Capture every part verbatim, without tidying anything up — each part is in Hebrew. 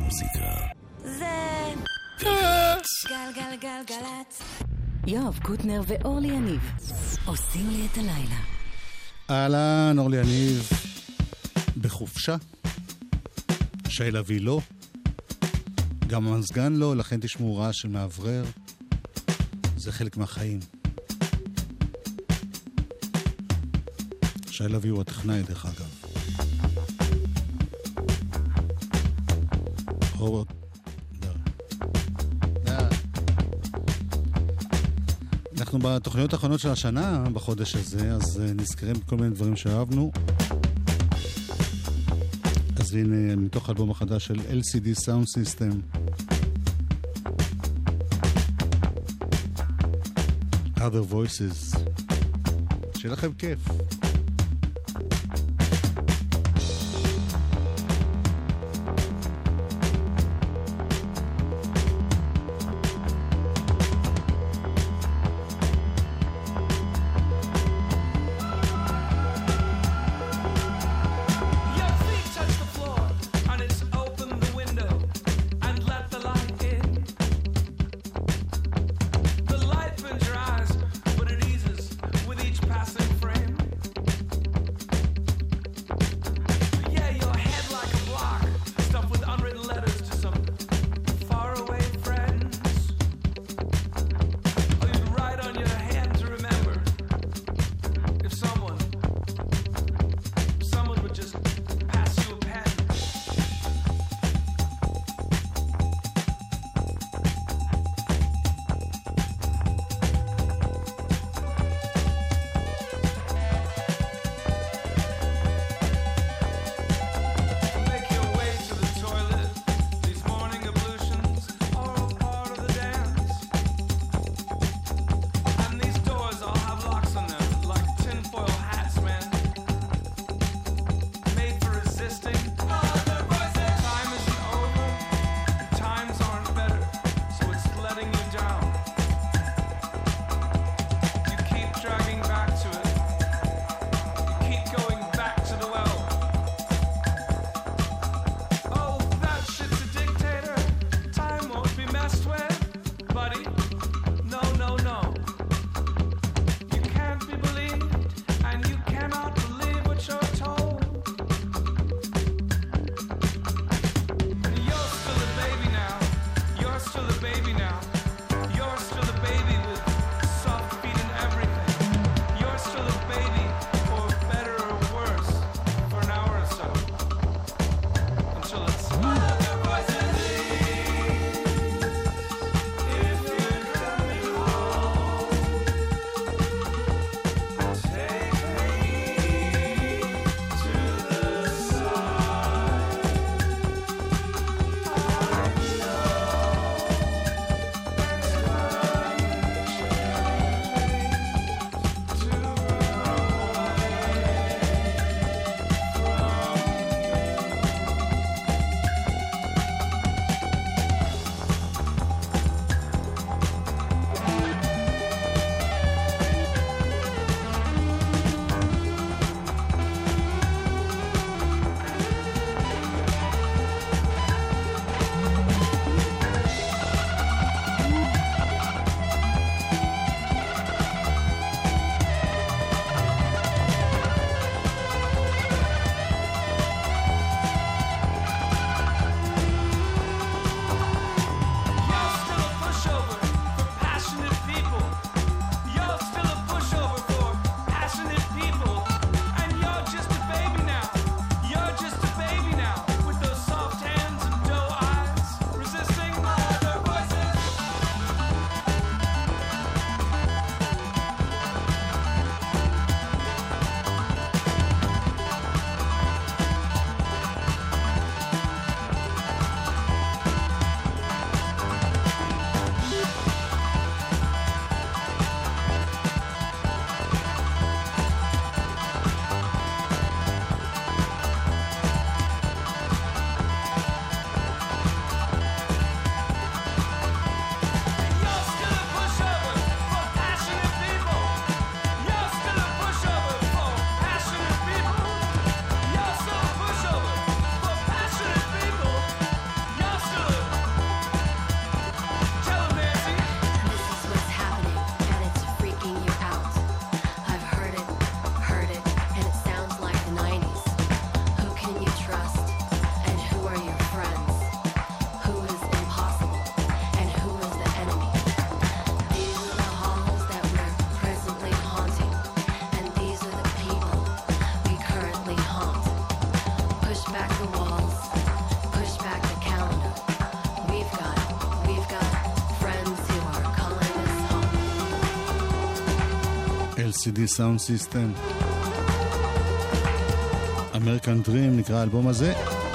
המוזיקה. זה גלגלגלגלצ. יואב קוטנר ואורלי יניב עושים לי את הלילה. אהלן, אורלי יניב בחופשה. שיילה וי לא. גם המזגן לא, לכן תשמעו רעש של מעברר. זה חלק מהחיים. שיילה וי הוא הטכנאי דרך אגב. רוברט. אנחנו בתוכניות האחרונות של השנה, בחודש הזה, אז נזכרים בכל מיני דברים שאהבנו. אז הנה, מתוך האלבום החדש של אל סי די Sound System. Other Voices. שיהיה לכם כיף. If you סי די Sound System. American Dream נקרא האלבום הזה.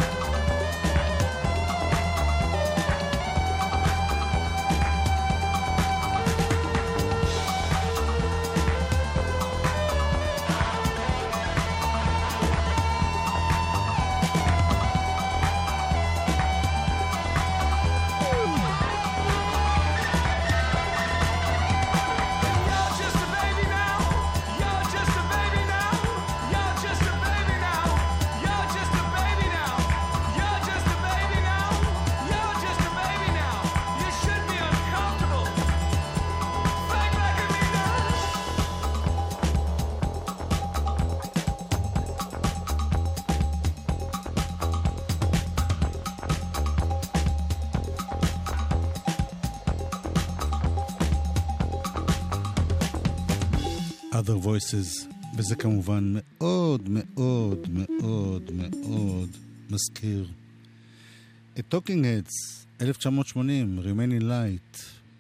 Other Voices, וזה כמובן מאוד מאוד מאוד מאוד מזכיר את Talking Heads, אלף תשע מאות שמונים, Remaining Light.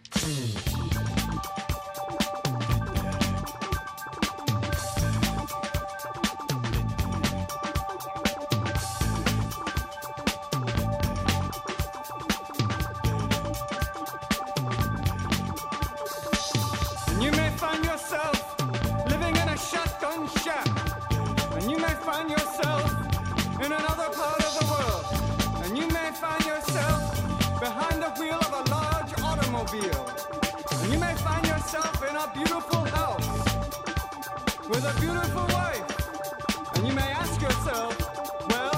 And you may find yourself in a beautiful house with a beautiful wife. And you may ask yourself, well,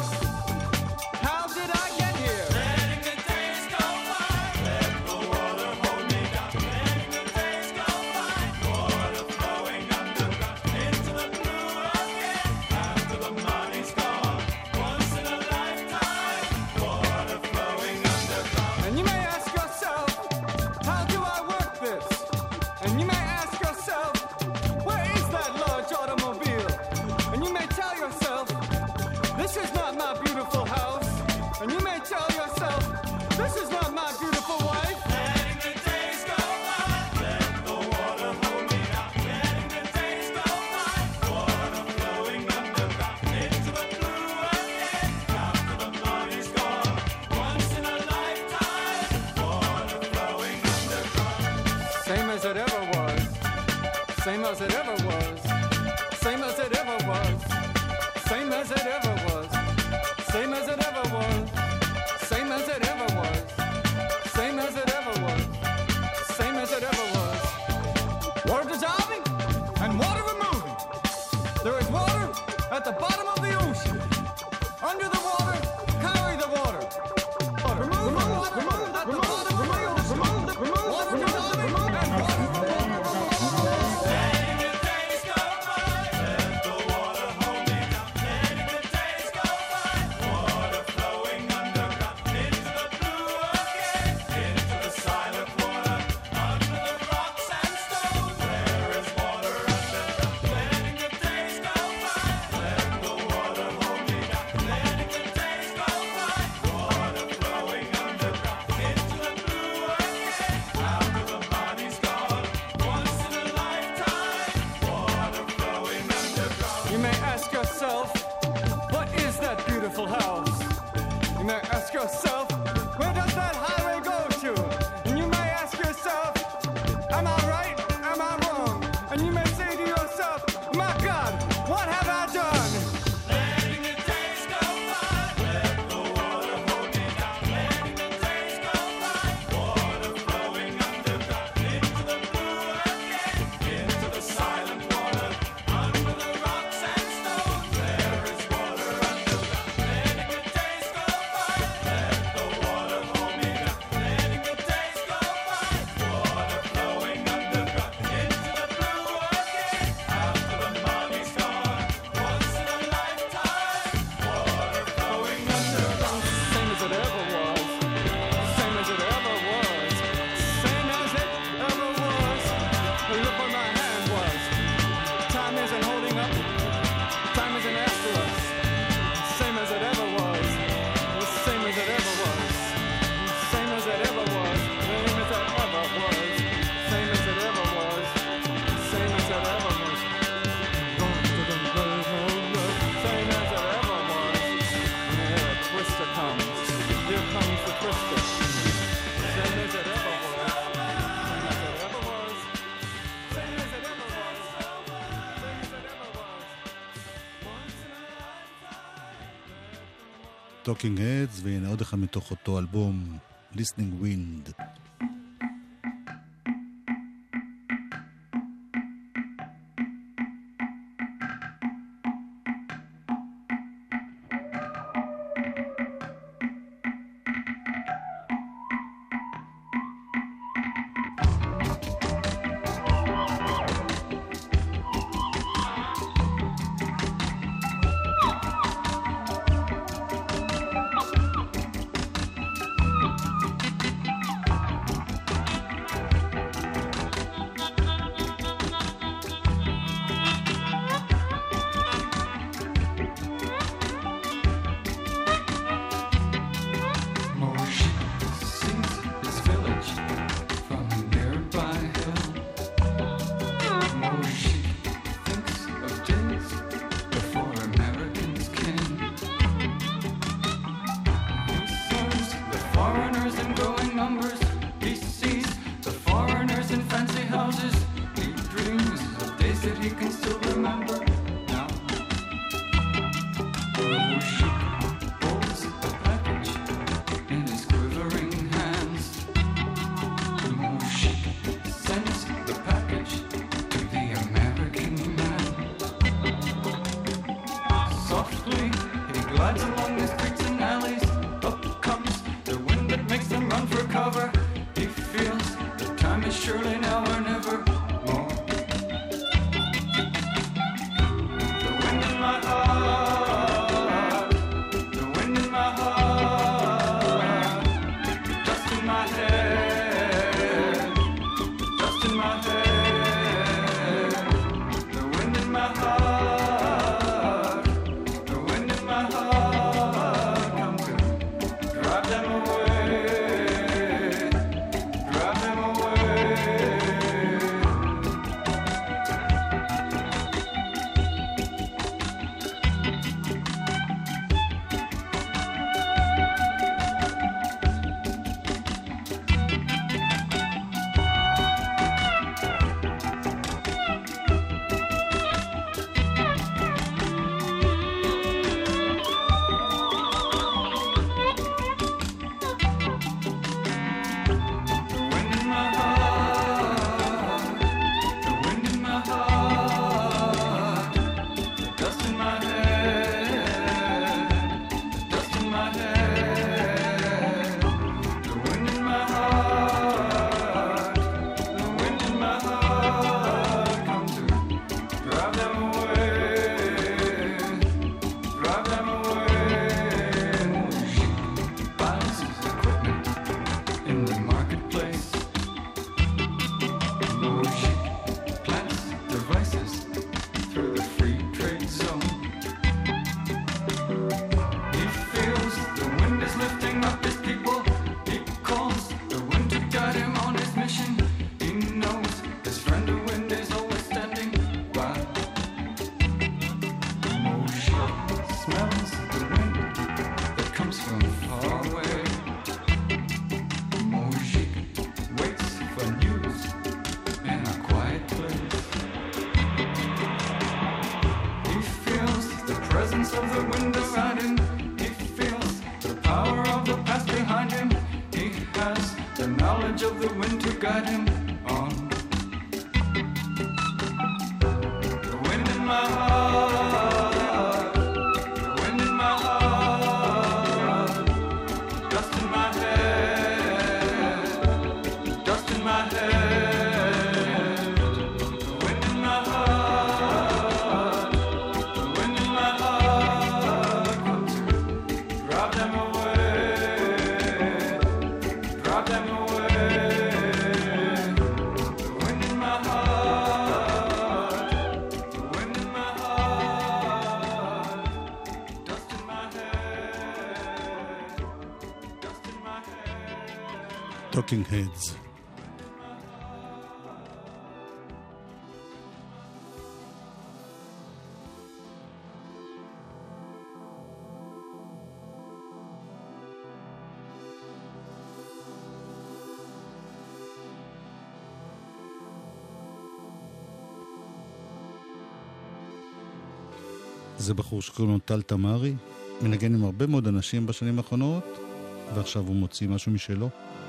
how did I get here? Letting the days go by, let the water hold me down. Letting the days go by, water flowing underground into the blue again. After the money's gone, once in a lifetime, water flowing underground. And you may ask yourself, how do I work this? And you may ask yourself, where is that large automobile? And you may tell yourself, this is not my beautiful house. And you may tell yourself, this is not my beautiful wife. Letting the days go by, let the water hold me down. Letting the days go by, water flowing underground into the blue again. After the money's gone, once in a lifetime, water flowing underground. Same as it ever was, same as it ever was, same as it ever was, same as it ever was, same as it ever was, same as it ever was, same as it ever was, same as it ever was. Water dissolving and water removing. There is water at the bottom of the ocean. Under the water, carry the water. Water. Remove the water at the bottom of the ocean. Water dissolving and water removing. Letting the days go by, let the water hold me down. Letting the days go by, water flowing underground into the blue again, into the silent water, under the rocks and stones. There is water underground. Letting the days go by, let the water hold me down. Letting the days go by, water flowing underground into the blue again. After the body's gone, once in a lifetime, water flowing underground. You may ask yourself, what is that beautiful house? You may ask yourself, where does that highway go to? And you may ask yourself, am I right? Am I wrong? And you may say to yourself, my God, what have I done? Letting the days go by, let the water hold me down. Letting the days go by, water flowing underground into the blue again, into the silent water, under the rocks and stones. There is water underground. Letting the days go by, let the comes the twister. Same as it ever was. Same as it ever was. Same as it ever was. Same as it ever was. Once in a lifetime. טוקינג הדס, והנה עוד אחד מתוך אותו אלבום, Listening Wind. Talking Heads. זה בחור שקוראים לו טל תמרי, מנגן עם הרבה מאוד אנשים בשנים האחרונות, ועכשיו הוא מוציא משהו משלו.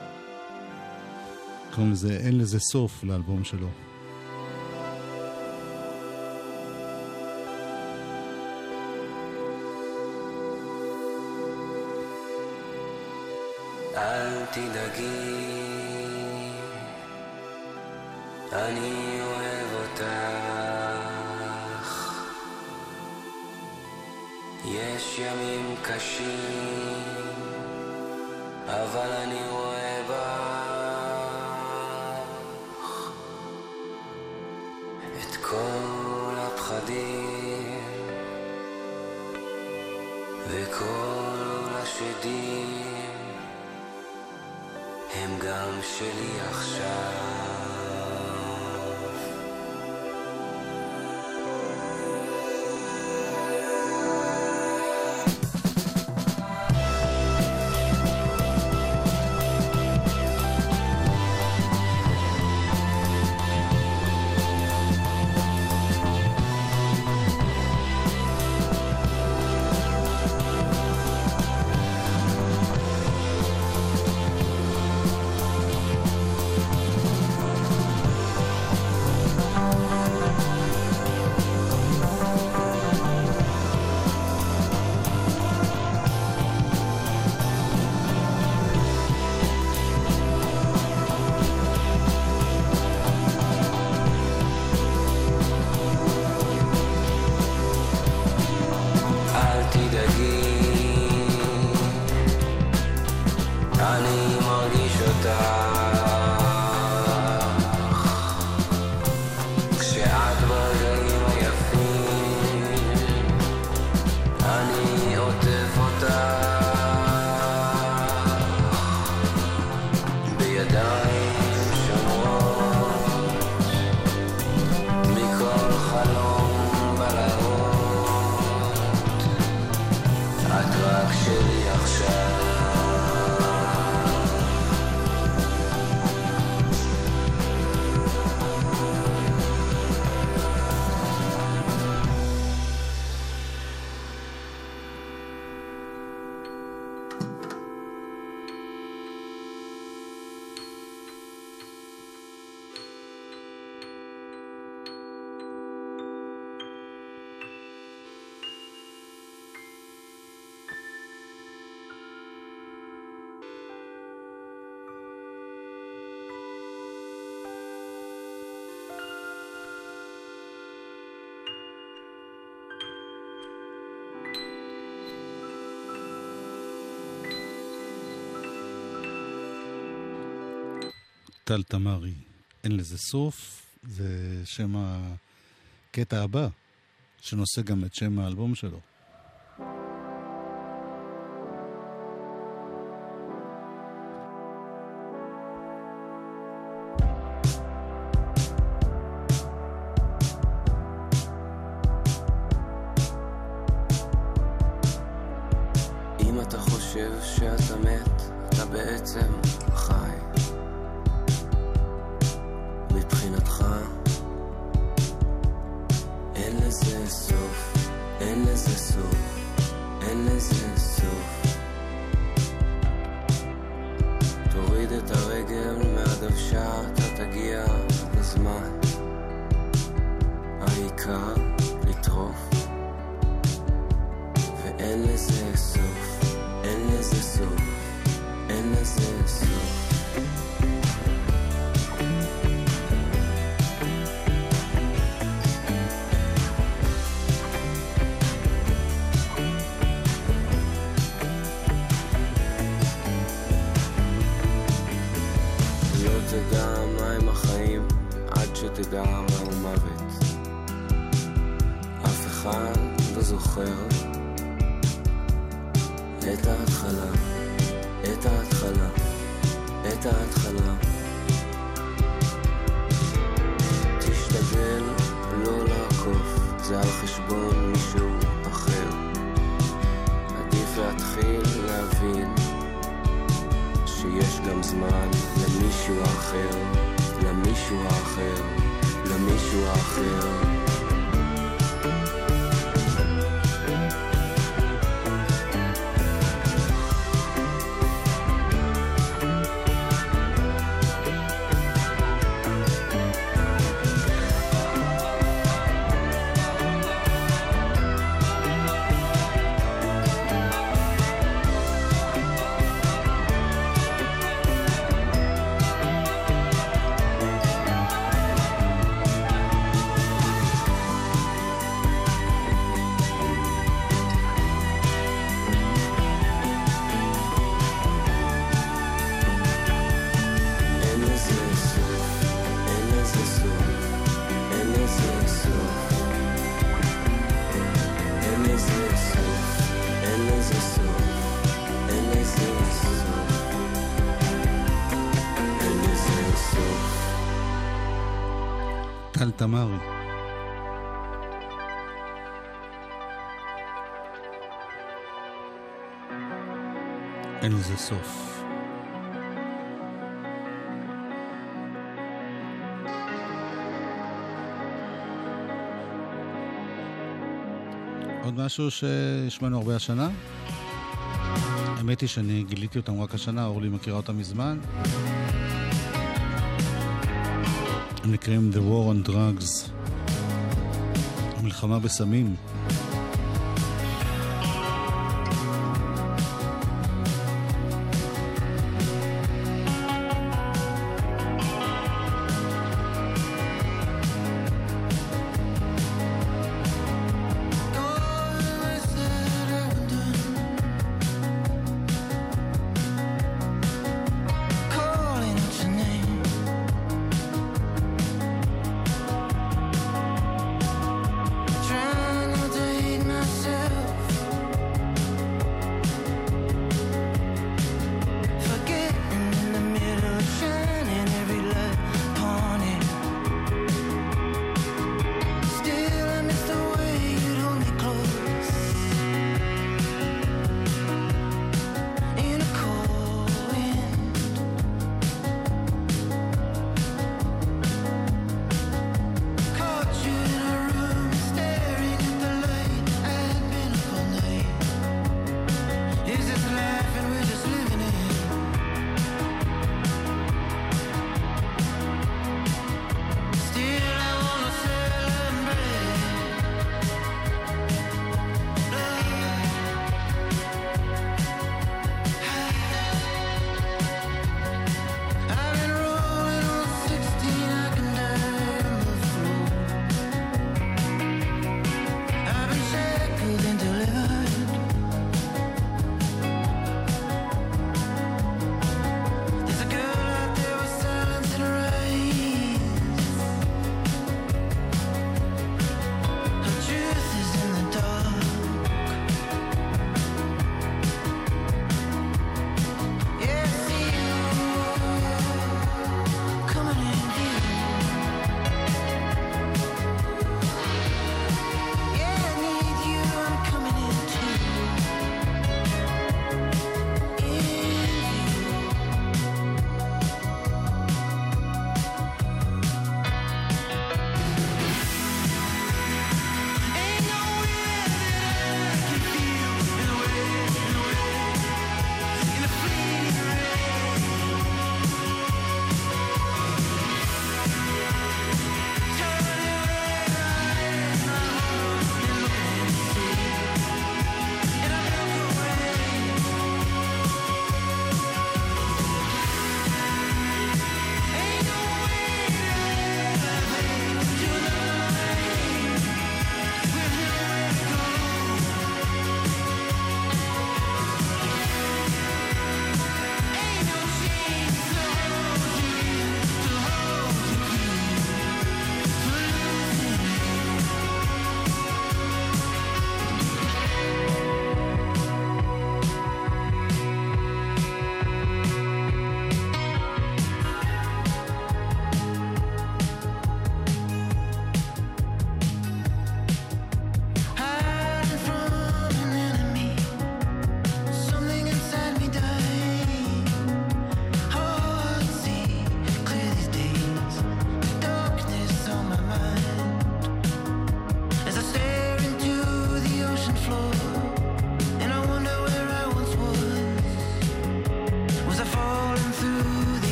קוראים לזה אין לזה סוף לאלבום שלו. אל תדאגי, אני אוהב אותך, יש ימים קשים, אבל אני רואה בך את כל הפחדים וכל השדים הם גם שלי עכשיו. טל תמרי, אין לזה סוף, זה שם הקטע הבא, שנושא גם את שם האלבום שלו. אם אתה חושב שאתה מת, אתה בעצם חי. מבחינתך אין לזה סוף, אין לזה סוף, אין לזה סוף. תוריד את הרגל מהדוושה, אתה תגיע בזמן. העיקר לטרוף, ואין לזה סוף, אין לזה סוף, אין לזה סוף. תדע מה הם החיים עד שתדע מה הוא מוות. אף אחד לא זוכר את ההתחלה, את ההתחלה, את ההתחלה. תשתדל לא לעקוף, זה על חשבון מישהו אחר. עדיף להתחיל להבין שיש גם זמן למישהו אחר, למישהו אחר, למישהו אחר. נחל תמרי. אין לזה סוף. עוד משהו ששמענו הרבה השנה? האמת היא שאני גיליתי אותם רק השנה, אורלי מכירה אותם מזמן. הם נקראים The War on Drugs, המלחמה בסמים. Trying not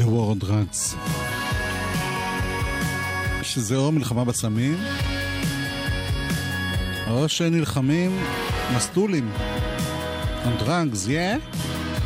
war on drugs. שזה או מלחמה בסמים, או שנלחמים מסטולים. on drugs, yeah?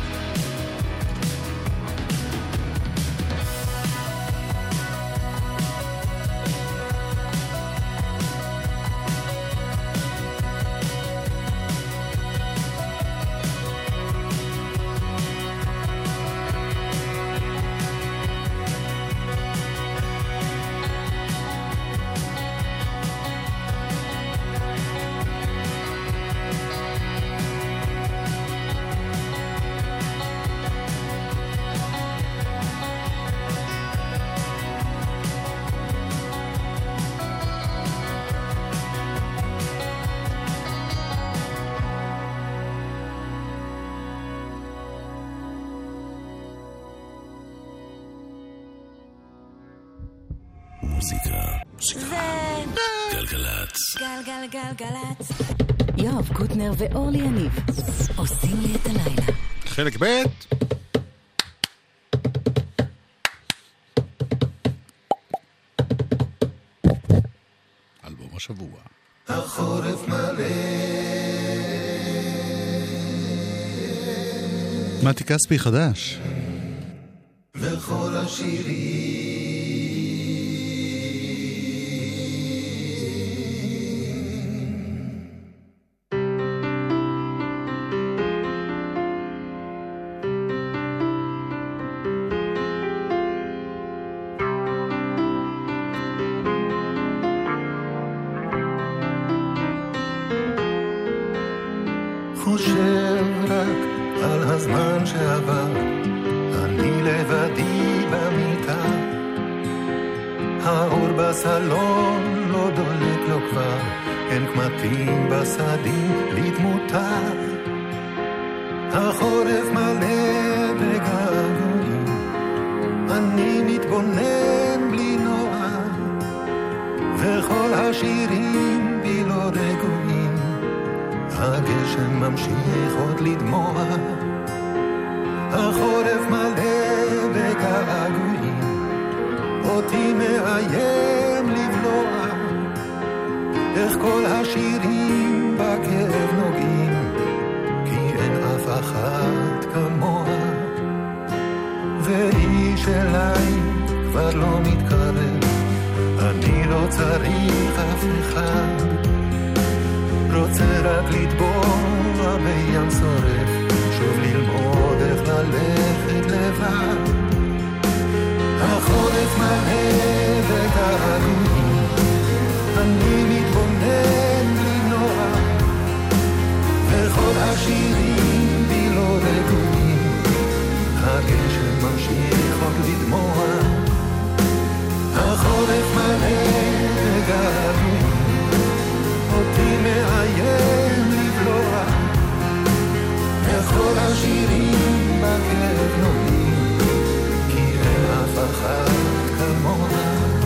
גלגלגלגלצ. יואב קוטנר ואורלי יניב עושים לי את הלילה. חלק ב'. אלבום השבוע. החורף מלא. מתי כספי חדש. וכל השירים חושב רק על הזמן שעבר, אני לבדי במיטה, האור בסלון לא דולק לו כבר, אין קמטים בסדים לתמותה, החורף מלא בגעגועים, אני מתבונן בלי נועה, וכל השירים בי לא רגועים, הגשם ממשיך עוד לדמוע, החורף מלא בגעגועים, אותי מאיים לבלוע, איך כל השירים בכאב נוגעים, כי אין אף אחת כמוה, ואיש אליי כבר לא מתקרב, אני לא צריך אף אחד, רוצה רק לטבוע בים שורף, שוב ללמוד איך ללכת לבד, החורף מלא בגעגועים, אני מתבונן בלי נועה, וכל השירים בי לא רגועים, הגשם ממשיך עוד לדמוע, החורף מלא בגעגועים, אותי מאיים לבלוע, וכל השירים בכאב נוגעים, כי אין אף אחת כמוה.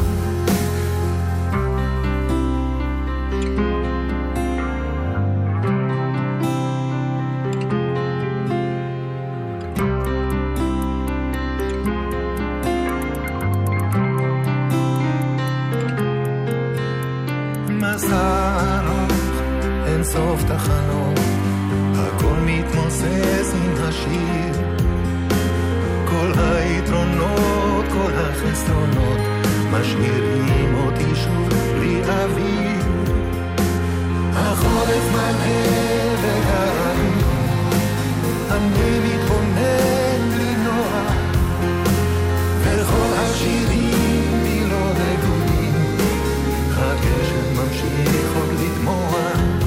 מסע ארוך, אין סוף תחנות, הכל מתמוסס עם השיר, כל היתרונות, כל החסרונות, משאירים אותי שוב בלי אוויר, החורף מלא בגעגועים, אני מתבונן בלי נועה, וכל השירים בי לא רגועים, הגשם ממשיך עוד לדמוע,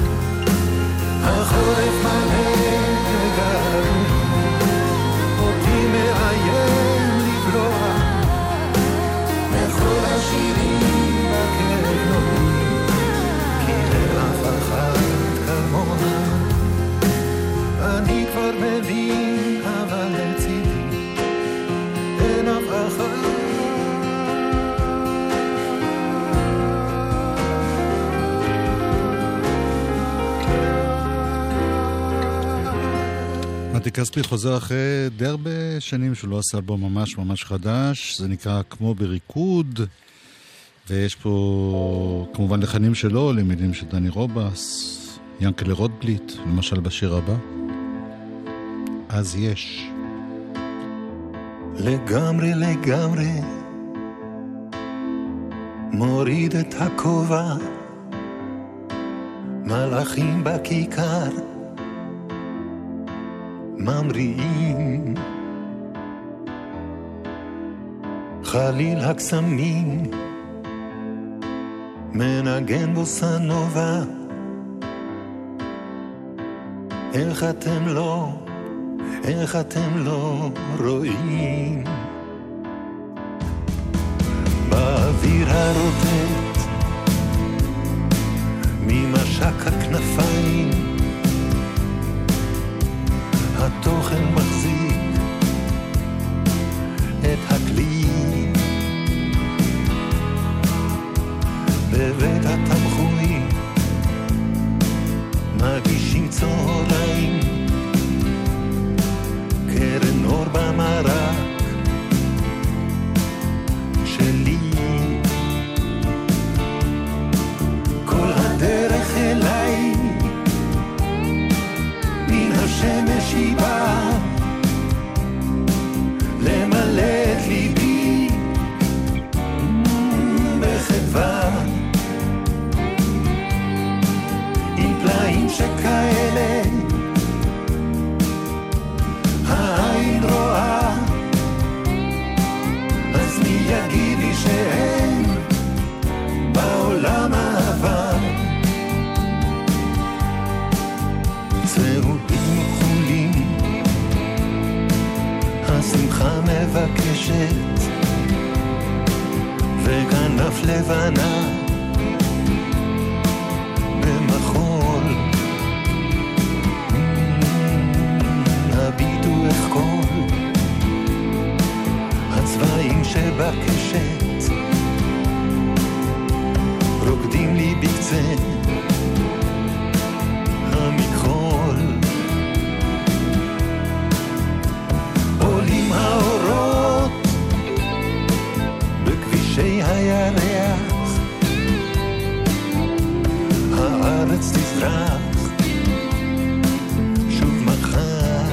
החורף מלא בגעגועים, אותי מאיים לבלוע, וכל השירים בכאב נוגעים, כי אין אף אחת כמוה, אני כבר מבין, אבל לצידי אין אף אחת. מתי כספי חוזר אחרי די הרבה שנים שהוא לא עשה אלבום ממש ממש חדש. זה נקרא כמו בריקוד, ויש פה כמובן לחנים שלו, למילים של דני רובס, ינקלה רוטבליט, למשל בשיר הבא. אז יש. לגמרי לגמרי מוריד את הכובע, מלאכים בכיכר ממריאים, חליל הקסמים מנגן בוסנובה. איך אתם לא, איך אתם לא רואים? באוויר הרוטט ממשק הכנפיים התוכן מחזיק את הכלי. בבית התמחוי מגישים צהריים, קרן אור במרק שלי. כל הדרך אליי מן השמש היא באה למלא את ליבי בחדווה, עם פלאים שכאלה העין רואה. אז מי יגיד לי שאין בעולם אהבה? צהובים כחולים השמחה מבקשת, וכנף לבנה במחול. הביטו איך כל הצבעים שבקשת רוקדים לי בקצה המכחול. עולים האורות בכבישי הירח, הארץ תזרח שוב מחר.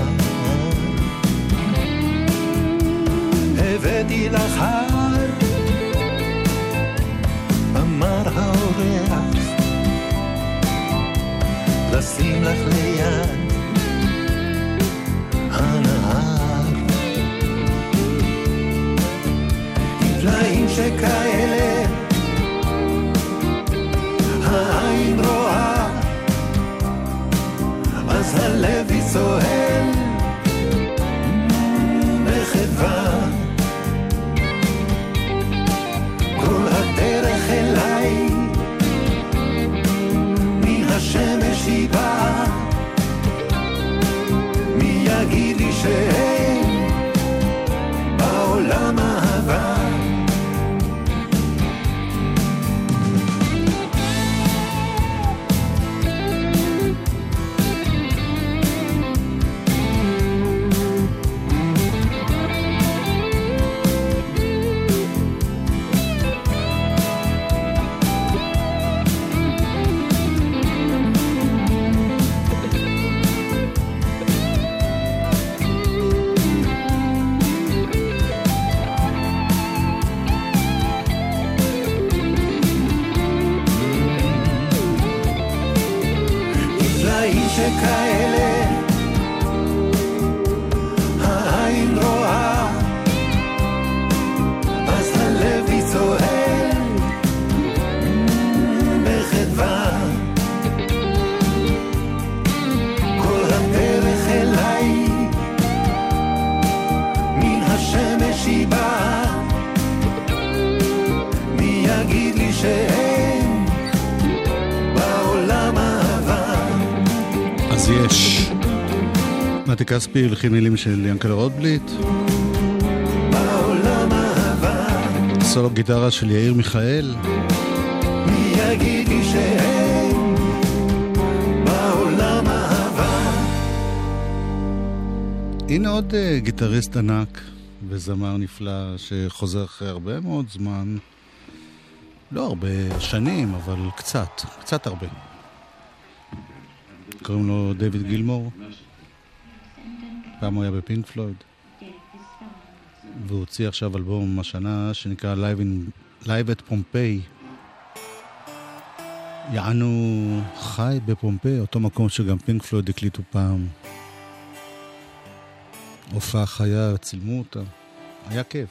הבאתי לך הר, אמר האורח, לשים לך ליד הנהר. עם פלאים שכאלה העין רואה, אז הלב יצוהל בחדווה. כל הדרך אליי מן השמש היא באה, מי יגיד לי שאין בעולם אהבה? שכאלה העין רואה, אז הלב יצוהל בחדווה. כל הדרך אליי מן השמש היא באה, מי יגיד לי שאין בעולם אהבה? אז יש. מתי כספי הלחין מילים של ינקלה רוטבליט, בעולם אהבה. סולו גיטרה של יאיר מיכאל. מי יגיד לי שאין בעולם אהבה? הנה עוד uh, גיטריסט ענק וזמר נפלא שחוזר אחרי הרבה מאוד זמן, לא הרבה שנים, אבל קצת, קצת הרבה. קוראים לו דיוויד גילמור. פעם הוא היה בפינק פלויד, והוא הוציא עכשיו אלבום השנה שנקרא Live, in, Live at Pompeii. יענו חי בפומפיי, אותו מקום שגם פינק פלויד הקליטו פעם. הופעה חיה, צילמו אותה. היה כיף.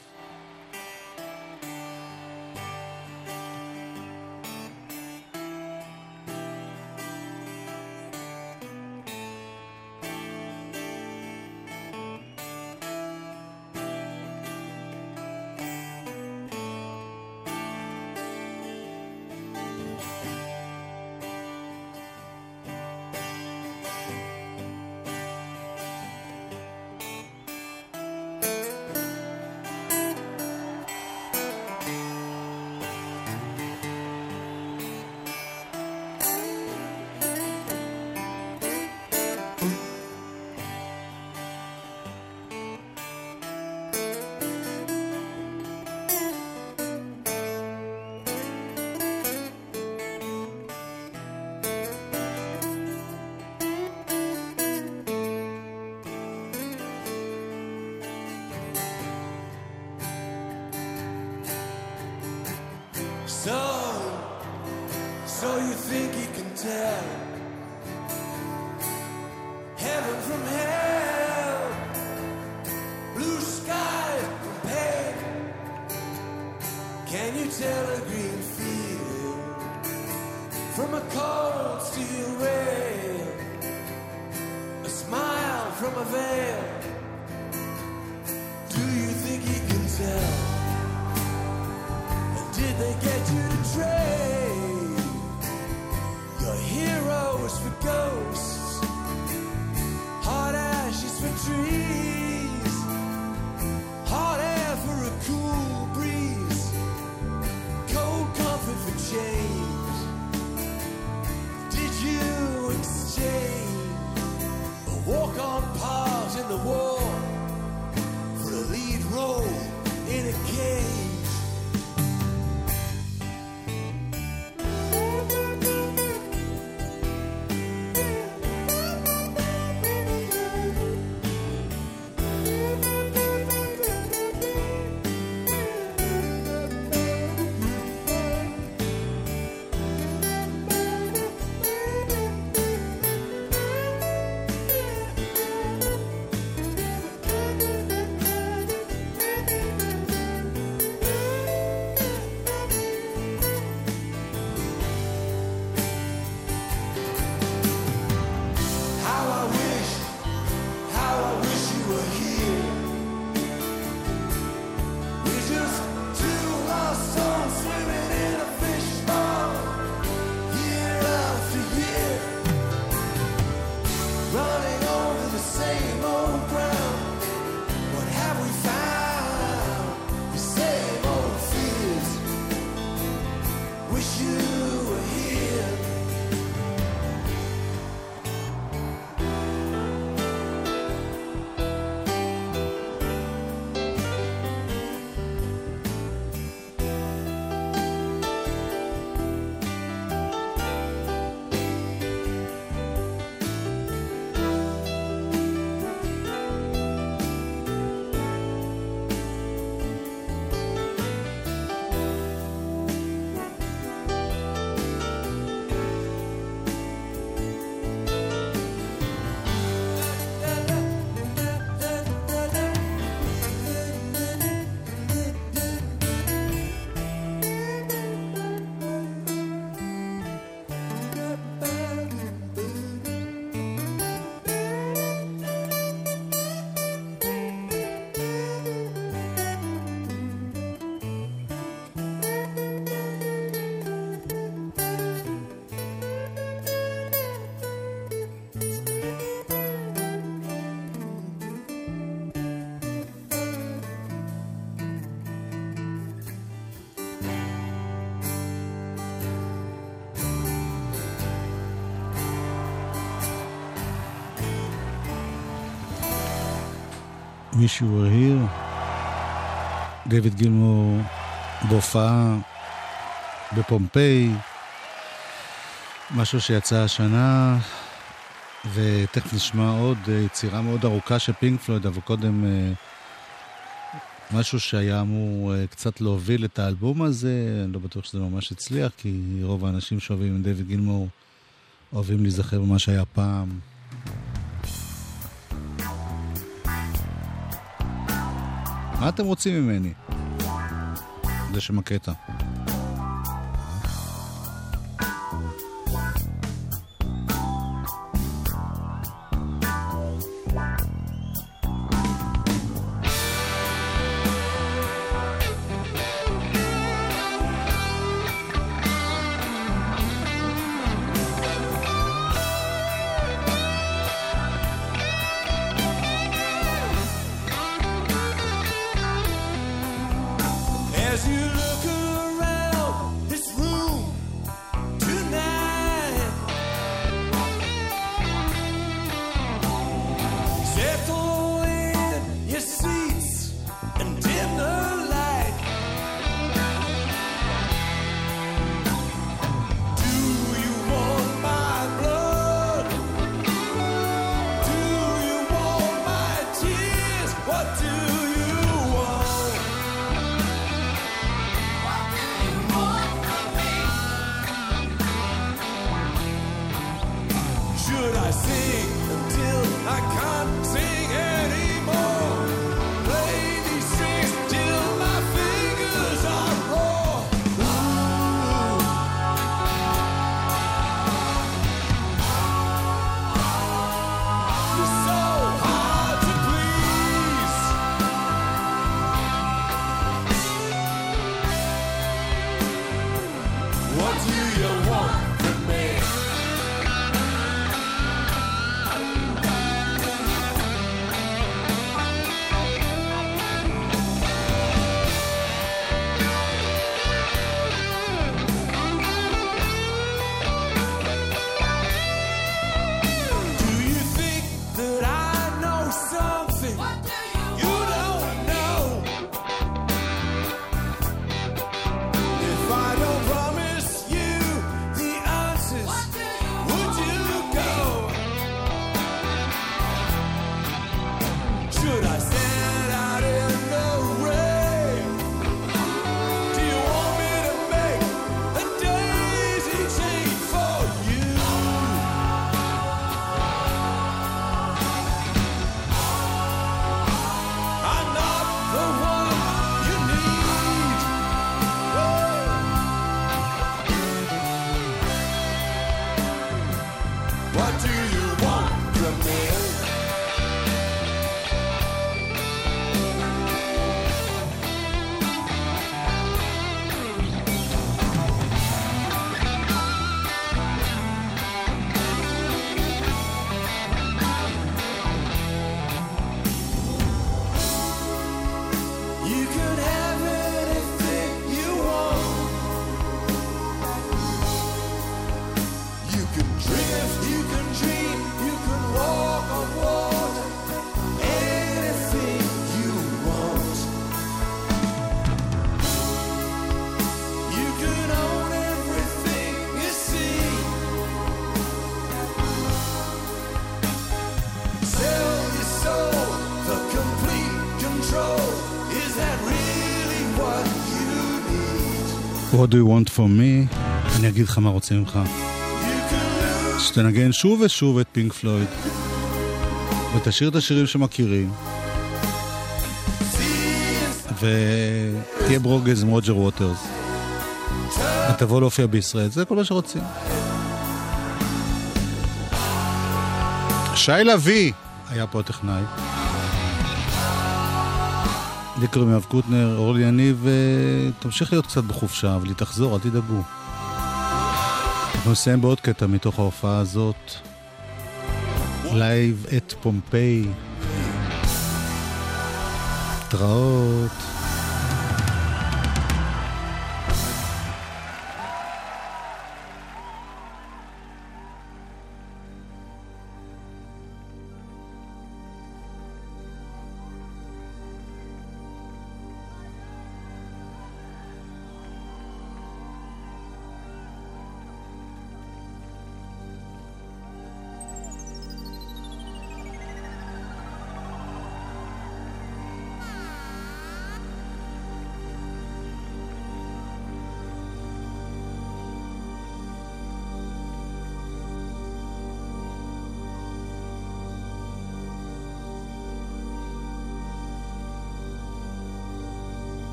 So, so you think you can tell heaven from hell, blue sky from pain? Can you tell a green field from a cold steel rail, a smile from a veil? Do you think you can tell? Did they get you to trade your heroes for ghosts, hot ashes for trees, hot air for a cool breeze, cold comfort for change? Did you exchange a walk-on part in the war Wish You Were Here. דיוויד גילמור בהופעה בפומפיי, משהו שיצא השנה, ותכף נשמע עוד יצירה מאוד ארוכה של פינק פלויד, אבל קודם משהו שהיה אמור קצת להוביל את האלבום הזה. אני לא בטוח שזה ממש הצליח, כי רוב האנשים שאוהבים עם דיוויד גילמור אוהבים להיזכר במה שהיה פעם. מה אתם רוצים ממני? זה שם הקטע. What do you want from me? אני אגיד לך מה רוצים ממך. שתנגן שוב ושוב את פינק פלויד, ותשאיר את השירים שמכירים, ותהיה ברוגז עם רוג'ר ווטרס, ותבוא להופיע בישראל. זה כל מה שרוצים. שי לוי היה פה הטכנאי. לי קוראים יואב קוטנר, אורלי יניב, תמשיך להיות קצת בחופשה, אבל היא תחזור, אל תדאגו. אנחנו נסיים בעוד קטע מתוך ההופעה הזאת, לייב את פומפיי. תראות.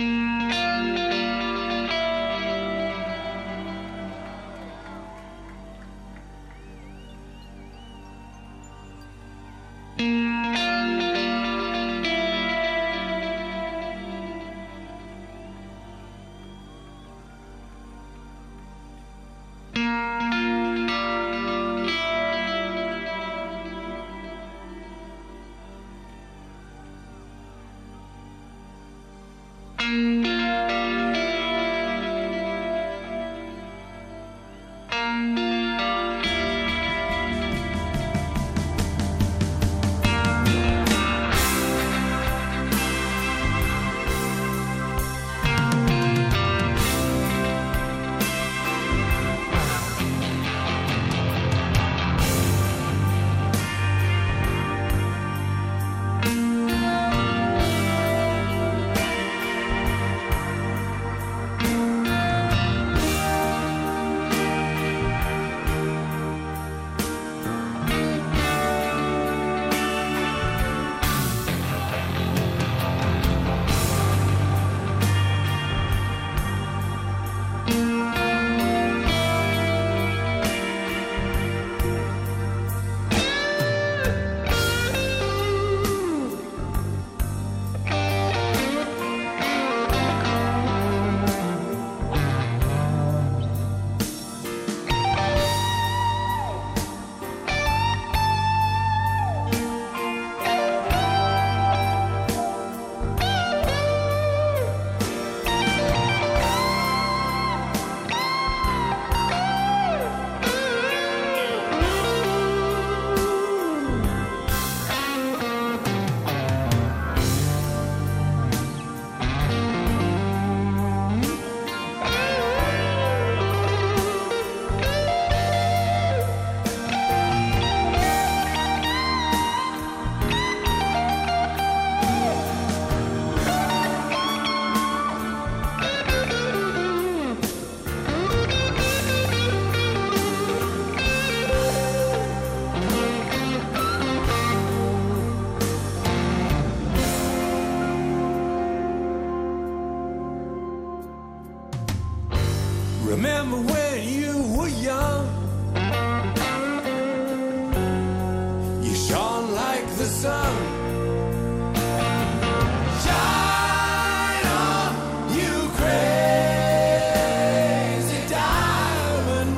Remember when you were young, you shone like the sun. Shine on, you crazy diamond.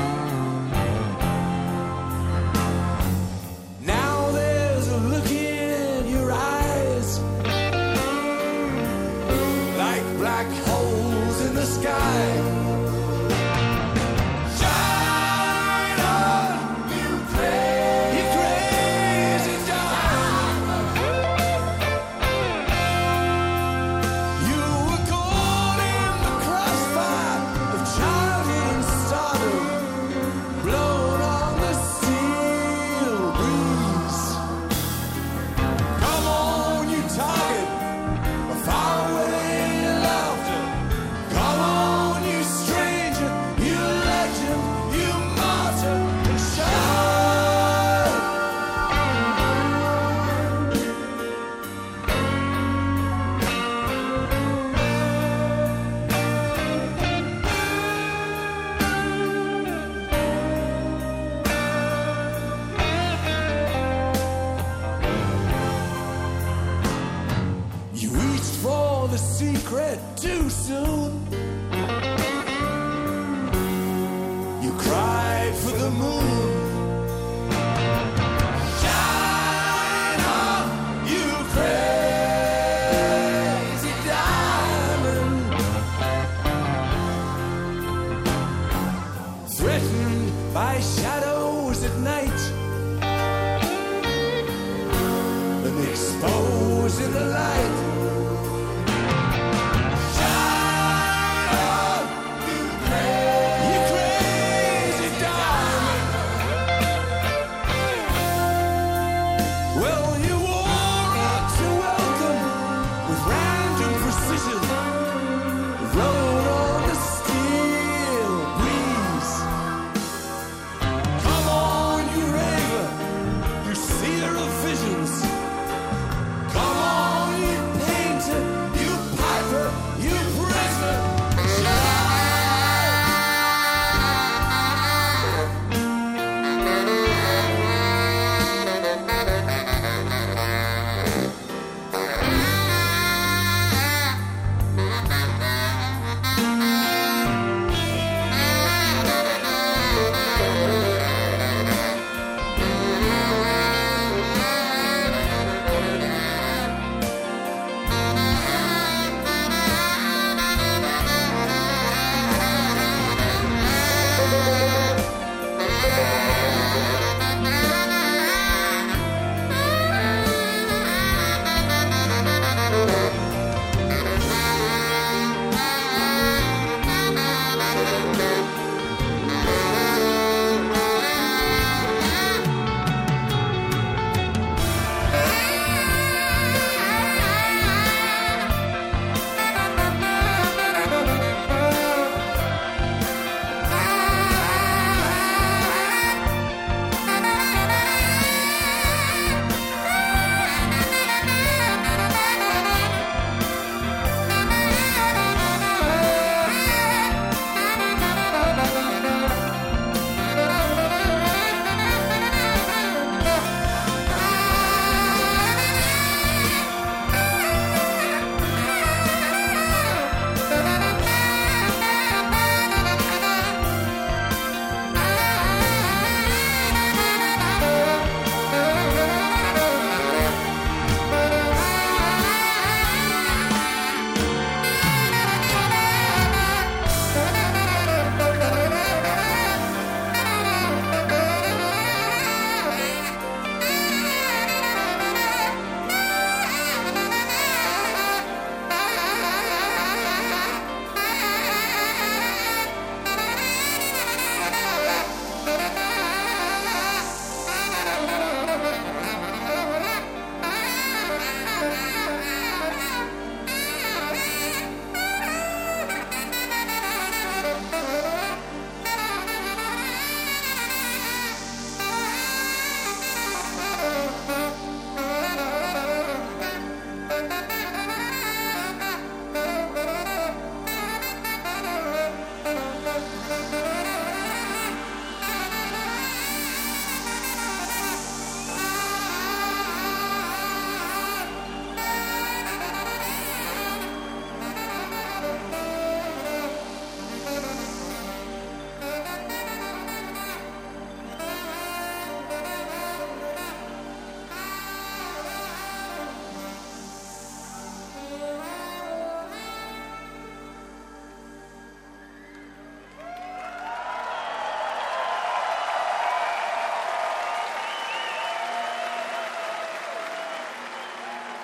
Now there's a look in your eyes, like black holes in the sky. Too soon, you cried for the moon. Shine on, you crazy diamond. Threatened by shadows at night and exposed in the light.